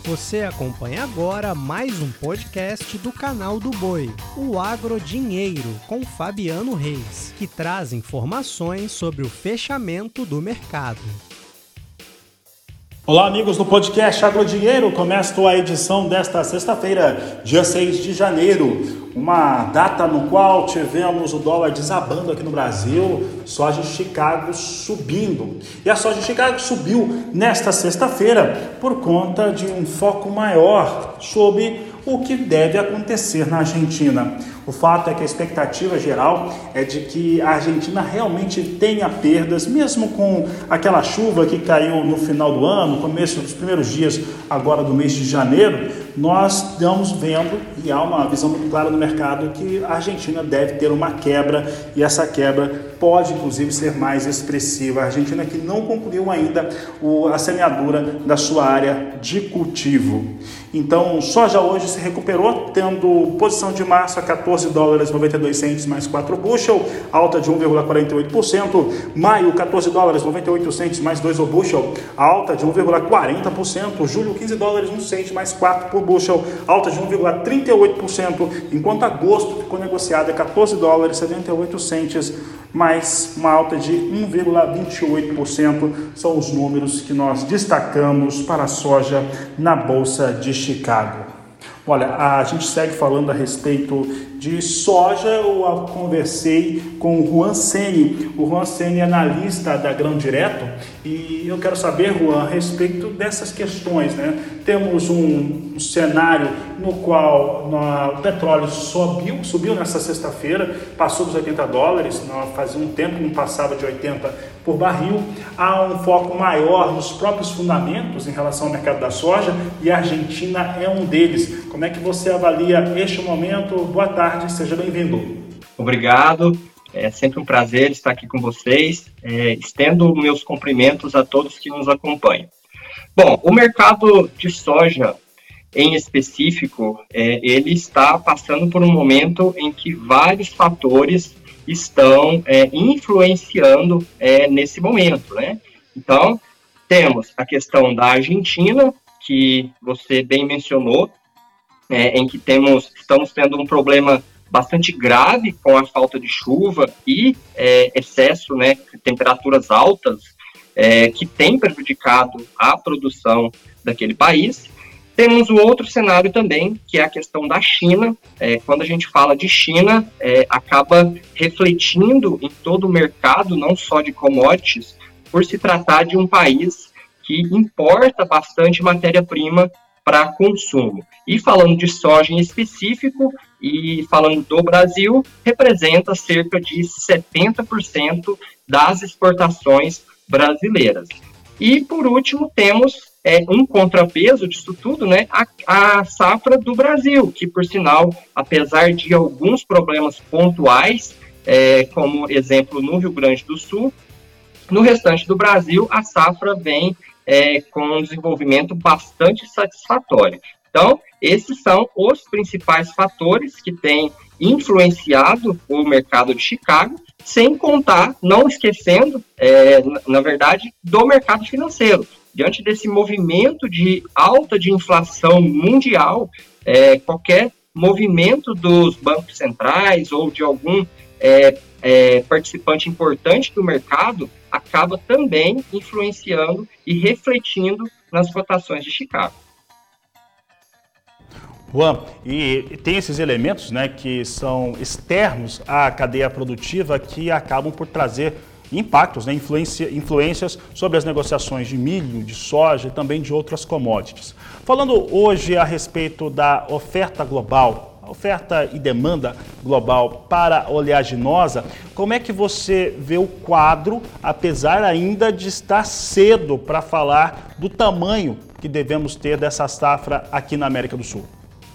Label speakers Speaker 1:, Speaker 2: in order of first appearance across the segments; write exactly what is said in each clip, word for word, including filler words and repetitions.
Speaker 1: Você acompanha agora mais um podcast do canal do Boi, o Agrodinheiro, com Fabiano Reis, que traz informações sobre o fechamento do mercado.
Speaker 2: Olá, amigos do podcast Agrodinheiro. Começa a edição desta sexta-feira, dia seis de janeiro, uma data no qual tivemos o dólar desabando aqui no Brasil, soja de Chicago subindo. E a soja de Chicago subiu nesta sexta-feira por conta de um foco maior sobre o que deve acontecer na Argentina. O fato é que a expectativa geral é de que a Argentina realmente tenha perdas, mesmo com aquela chuva que caiu no final do ano, começo dos primeiros dias agora do mês de janeiro. Nós estamos vendo, e há uma visão muito clara no mercado, que a Argentina deve ter uma quebra, e essa quebra pode inclusive ser mais expressiva. A Argentina que não concluiu ainda o, a semeadura da sua área de cultivo. Então, soja hoje se recuperou, tendo posição de março a quatorze dólares e noventa e dois centavos mais quatro bushel, alta de um vírgula quarenta e oito por cento. Maio, quatorze dólares e noventa e oito centavos mais dois o bushel, alta de um vírgula quarenta por cento. Julho, quinze dólares e um centavo mais quatro por bushel, alta de um vírgula trinta e oito por cento. Enquanto agosto ficou negociado a quatorze dólares e setenta e oito centavos mais uma alta de um vírgula vinte e oito por cento. São os números que nós destacamos para a soja na Bolsa de Chicago. Olha, a gente segue falando a respeito de soja. Eu conversei com o Juan Seni. O Juan Seni é analista da Grão Direto, e eu quero saber, Juan, a respeito dessas questões, né? Temos um, um cenário no qual no, o petróleo subiu, subiu nessa sexta-feira, passou dos oitenta dólares, não, fazia um tempo que não passava de oitenta por barril. Há um foco maior nos próprios fundamentos em relação ao mercado da soja, e a Argentina é um deles. Como é que você avalia este momento? Boa tarde, seja bem-vindo.
Speaker 3: Obrigado, é sempre um prazer estar aqui com vocês. É, estendo meus cumprimentos a todos que nos acompanham. Bom, o mercado de soja, em específico, é, ele está passando por um momento em que vários fatores estão é, influenciando é, nesse momento, né? Então, temos a questão da Argentina, que você bem mencionou, é, em que temos, estamos tendo um problema bastante grave com a falta de chuva e é, excesso, né, temperaturas altas, é, que tem prejudicado a produção daquele país. Temos o outro cenário também, que é a questão da China. É, quando a gente fala de China, é, acaba refletindo em todo o mercado, não só de commodities, por se tratar de um país que importa bastante matéria-prima para consumo. E falando de soja em específico, e falando do Brasil, representa cerca de setenta por cento das exportações brasileiras. E, por último, temos é, um contrapeso disso tudo, né, a, a safra do Brasil, que, por sinal, apesar de alguns problemas pontuais, é, como exemplo no Rio Grande do Sul, no restante do Brasil, a safra vem é, com um desenvolvimento bastante satisfatório. Então, esses são os principais fatores que têm influenciado o mercado de Chicago, sem contar, não esquecendo, é, na, na verdade, do mercado financeiro. Diante desse movimento de alta de inflação mundial, é, qualquer movimento dos bancos centrais ou de algum é, é, participante importante do mercado acaba também influenciando e refletindo nas cotações de Chicago.
Speaker 2: Juan, e tem esses elementos, né, que são externos à cadeia produtiva, que acabam por trazer impactos, né, influência, influências sobre as negociações de milho, de soja e também de outras commodities. Falando hoje a respeito da oferta global, oferta e demanda global para a oleaginosa, como é que você vê o quadro, apesar ainda de estar cedo para falar do tamanho que devemos ter dessa safra aqui na América do Sul?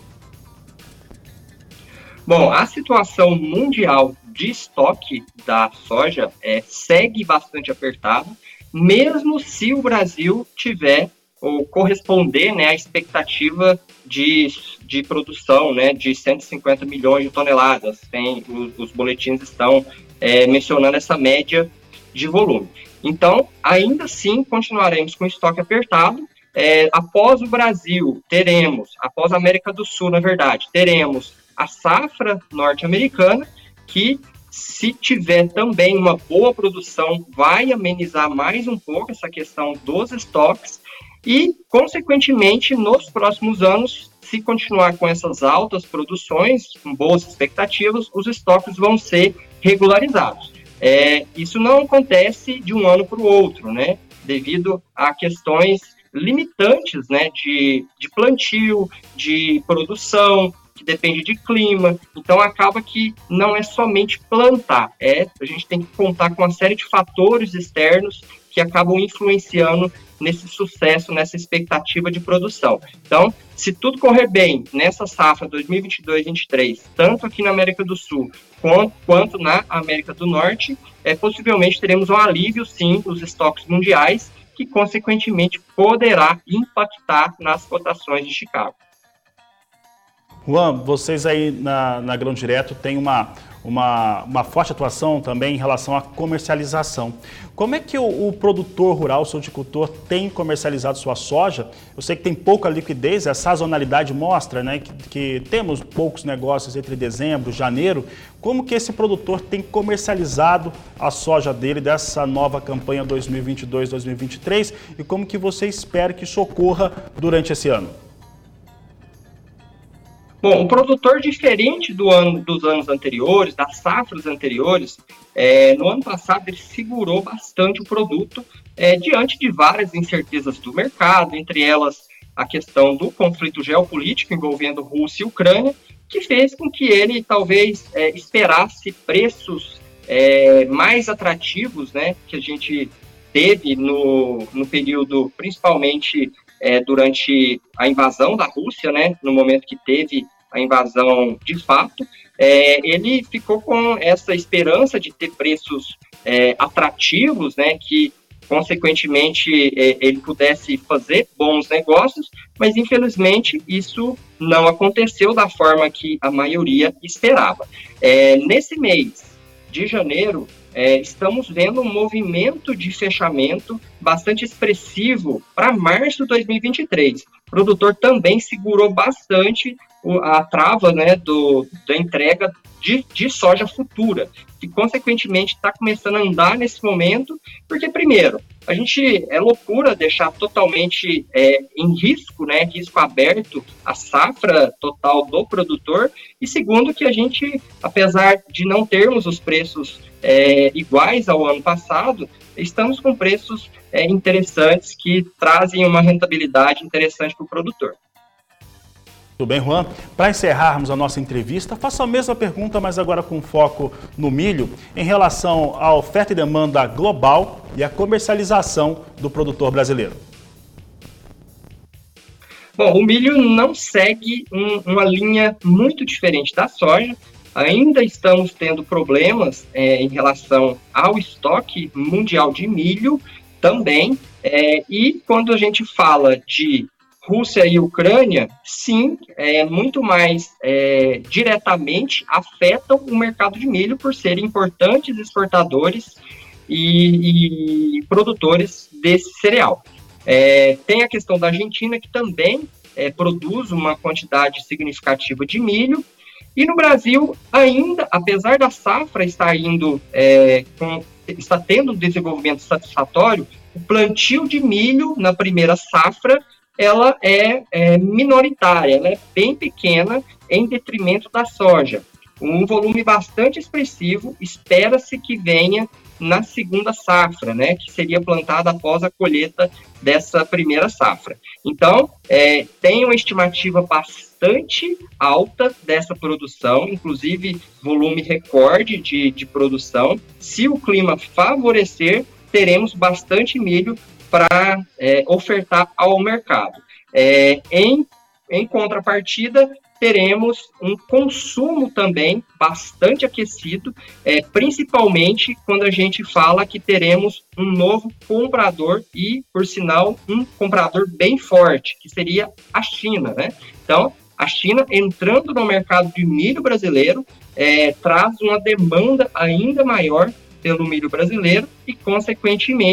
Speaker 3: Bom, a situação mundial de estoque da soja é, segue bastante apertada, mesmo se o Brasil tiver ou corresponder, né, à expectativa de, de produção, né, de cento e cinquenta milhões de toneladas. Tem, os, os boletins estão é, mencionando essa média de volume. Então, ainda assim, continuaremos com estoque apertado, é, após o Brasil, teremos, após a América do Sul, na verdade, teremos a safra norte-americana, que, se tiver também uma boa produção, vai amenizar mais um pouco essa questão dos estoques e, consequentemente, nos próximos anos, se continuar com essas altas produções, com boas expectativas, os estoques vão ser regularizados. É, isso não acontece de um ano para o outro, né? Devido a questões limitantes, né, de, de plantio, de produção, que depende de clima. Então, acaba que não é somente plantar, é, a gente tem que contar com uma série de fatores externos que acabam influenciando nesse sucesso, nessa expectativa de produção. Então, se tudo correr bem nessa safra dois mil e vinte e dois, vinte e três, tanto aqui na América do Sul quanto, quanto na América do Norte, é, possivelmente teremos um alívio, sim, dos estoques mundiais, que, consequentemente, poderá impactar nas cotações de Chicago.
Speaker 2: Juan, vocês aí na, na Grão Direto têm uma, uma, uma forte atuação também em relação à comercialização. Como é que o, o produtor rural, o sojicultor, tem comercializado sua soja? Eu sei que tem pouca liquidez, a sazonalidade mostra, né, que, que temos poucos negócios entre dezembro e janeiro. Como que esse produtor tem comercializado a soja dele dessa nova campanha dois mil e vinte e dois, dois mil e vinte e três e como que você espera que isso ocorra durante esse ano?
Speaker 3: Bom, o produtor, diferente do ano, dos anos anteriores, das safras anteriores, é, no ano passado ele segurou bastante o produto é, diante de várias incertezas do mercado, entre elas a questão do conflito geopolítico envolvendo Rússia e Ucrânia, que fez com que ele talvez é, esperasse preços é, mais atrativos, né, que a gente teve no, no período, principalmente é, durante a invasão da Rússia, né, no momento que teve a invasão de fato, é, ele ficou com essa esperança de ter preços é, atrativos, né, que, consequentemente, é, ele pudesse fazer bons negócios, mas, infelizmente, isso não aconteceu da forma que a maioria esperava. É, nesse mês de janeiro, é, estamos vendo um movimento de fechamento bastante expressivo para março de dois mil e vinte e três. O produtor também segurou bastante a trava, né, do, da entrega de, de soja futura, que consequentemente está começando a andar nesse momento, porque primeiro, a gente é loucura deixar totalmente é, em risco, né, risco aberto, a safra total do produtor, e segundo que a gente, apesar de não termos os preços é, iguais ao ano passado, estamos com preços é, interessantes que trazem uma rentabilidade interessante para o produtor.
Speaker 2: Tudo bem, Juan? Para encerrarmos a nossa entrevista, faço a mesma pergunta, mas agora com foco no milho, em relação à oferta e demanda global e à comercialização do produtor brasileiro.
Speaker 3: Bom, o milho não segue um, uma linha muito diferente da soja. Ainda estamos tendo problemas é, em relação ao estoque mundial de milho também. É, e quando a gente fala de Rússia e Ucrânia, sim, é, muito mais é, diretamente afetam o mercado de milho por serem importantes exportadores e, e produtores desse cereal. É, tem a questão da Argentina, que também é, produz uma quantidade significativa de milho, e no Brasil, ainda, apesar da safra estar indo, é, com, está tendo um desenvolvimento satisfatório, o plantio de milho na primeira safra ela é, é minoritária, ela é bem pequena em detrimento da soja. Um volume bastante expressivo, espera-se que venha na segunda safra, né, que seria plantada após a colheita dessa primeira safra. Então, é, tem uma estimativa bastante alta dessa produção, inclusive volume recorde de, de produção. Se o clima favorecer, teremos bastante milho para é, ofertar ao mercado. É, em, em contrapartida, teremos um consumo também bastante aquecido, é, principalmente quando a gente fala que teremos um novo comprador e, por sinal, um comprador bem forte, que seria a China, né? Então, a China entrando no mercado de milho brasileiro é, traz uma demanda ainda maior pelo milho brasileiro e, consequentemente,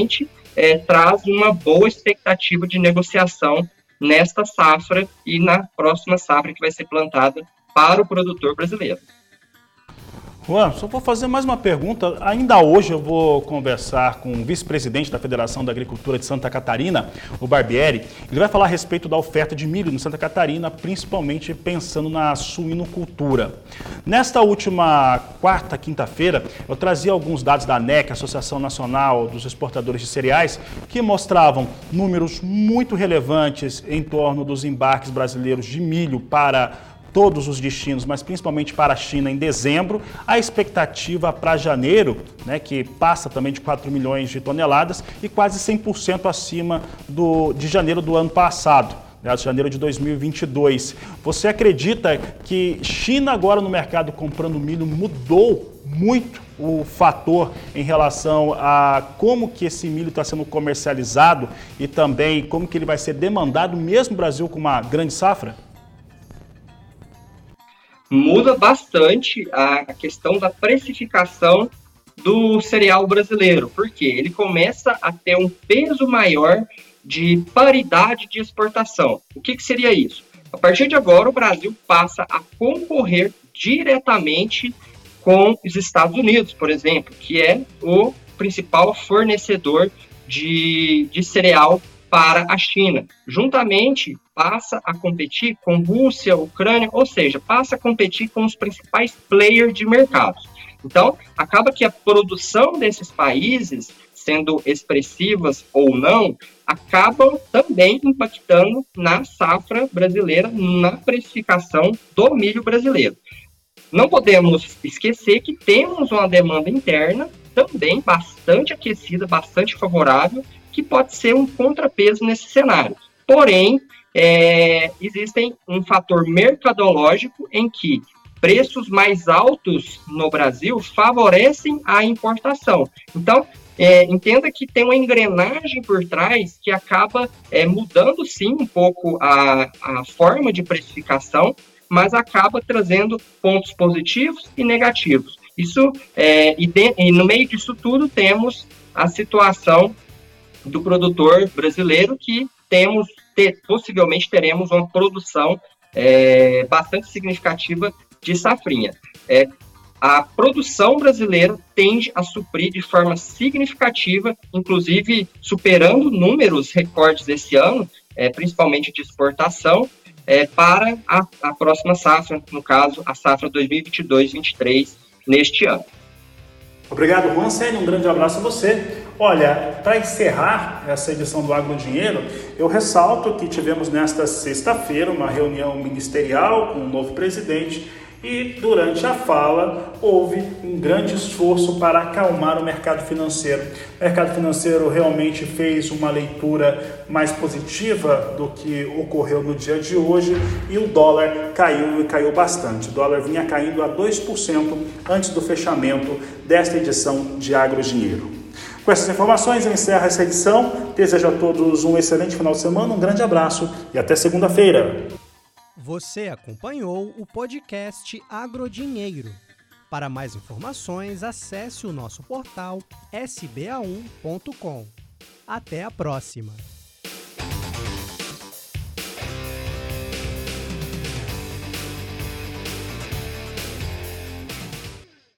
Speaker 3: é, traz uma boa expectativa de negociação nesta safra e na próxima safra que vai ser plantada para o produtor brasileiro.
Speaker 2: Juan, só vou fazer mais uma pergunta. Ainda hoje eu vou conversar com o vice-presidente da Federação da Agricultura de Santa Catarina, o Barbieri. Ele vai falar a respeito da oferta de milho no Santa Catarina, principalmente pensando na suinocultura. Nesta última quarta, quinta-feira, eu trazia alguns dados da A N E C, Associação Nacional dos Exportadores de Cereais, que mostravam números muito relevantes em torno dos embarques brasileiros de milho para todos os destinos, mas principalmente para a China em dezembro. A expectativa para janeiro, né, que passa também de quatro milhões de toneladas e quase cem por cento acima do, de janeiro do ano passado, né, de janeiro de dois mil e vinte e dois. Você acredita que China agora no mercado comprando milho mudou muito o fator em relação a como que esse milho está sendo comercializado e também como que ele vai ser demandado mesmo no Brasil com uma grande safra?
Speaker 3: Muda bastante a questão da precificação do cereal brasileiro, porque ele começa a ter um peso maior de paridade de exportação. O que, que seria isso? A partir de agora, o Brasil passa a concorrer diretamente com os Estados Unidos, por exemplo, que é o principal fornecedor de, de cereal para a China. Juntamente, passa a competir com Rússia, Ucrânia, ou seja, passa a competir com os principais players de mercado. Então, acaba que a produção desses países, sendo expressivas ou não, acabam também impactando na safra brasileira, na precificação do milho brasileiro. Não podemos esquecer que temos uma demanda interna também bastante aquecida, bastante favorável, que pode ser um contrapeso nesse cenário. Porém, é, existem um fator mercadológico em que preços mais altos no Brasil favorecem a importação. Então, é, entenda que tem uma engrenagem por trás que acaba é, mudando, sim, um pouco a, a forma de precificação, mas acaba trazendo pontos positivos e negativos. Isso, é, e, de, e no meio disso tudo temos a situação do produtor brasileiro, que temos, ter, possivelmente teremos uma produção é, bastante significativa de safrinha. É, a produção brasileira tende a suprir de forma significativa, inclusive superando números recordes esse ano, é, principalmente de exportação, é, para a, a próxima safra, no caso, a safra dois mil e vinte e dois, vinte e três, neste ano.
Speaker 2: Obrigado, Juan Ceni, um grande abraço a você. Olha, para encerrar essa edição do Agro Dinheiro, eu ressalto que tivemos nesta sexta-feira uma reunião ministerial com o novo presidente e durante a fala houve um grande esforço para acalmar o mercado financeiro. O mercado financeiro realmente fez uma leitura mais positiva do que ocorreu no dia de hoje e o dólar caiu e caiu bastante. O dólar vinha caindo a dois por cento antes do fechamento desta edição de Agro Dinheiro. Com essas informações eu encerro essa edição. Desejo a todos um excelente final de semana, um grande abraço e até segunda-feira.
Speaker 1: Você acompanhou o podcast Agrodinheiro. Para mais informações, acesse o nosso portal s b a um ponto com. Até a próxima!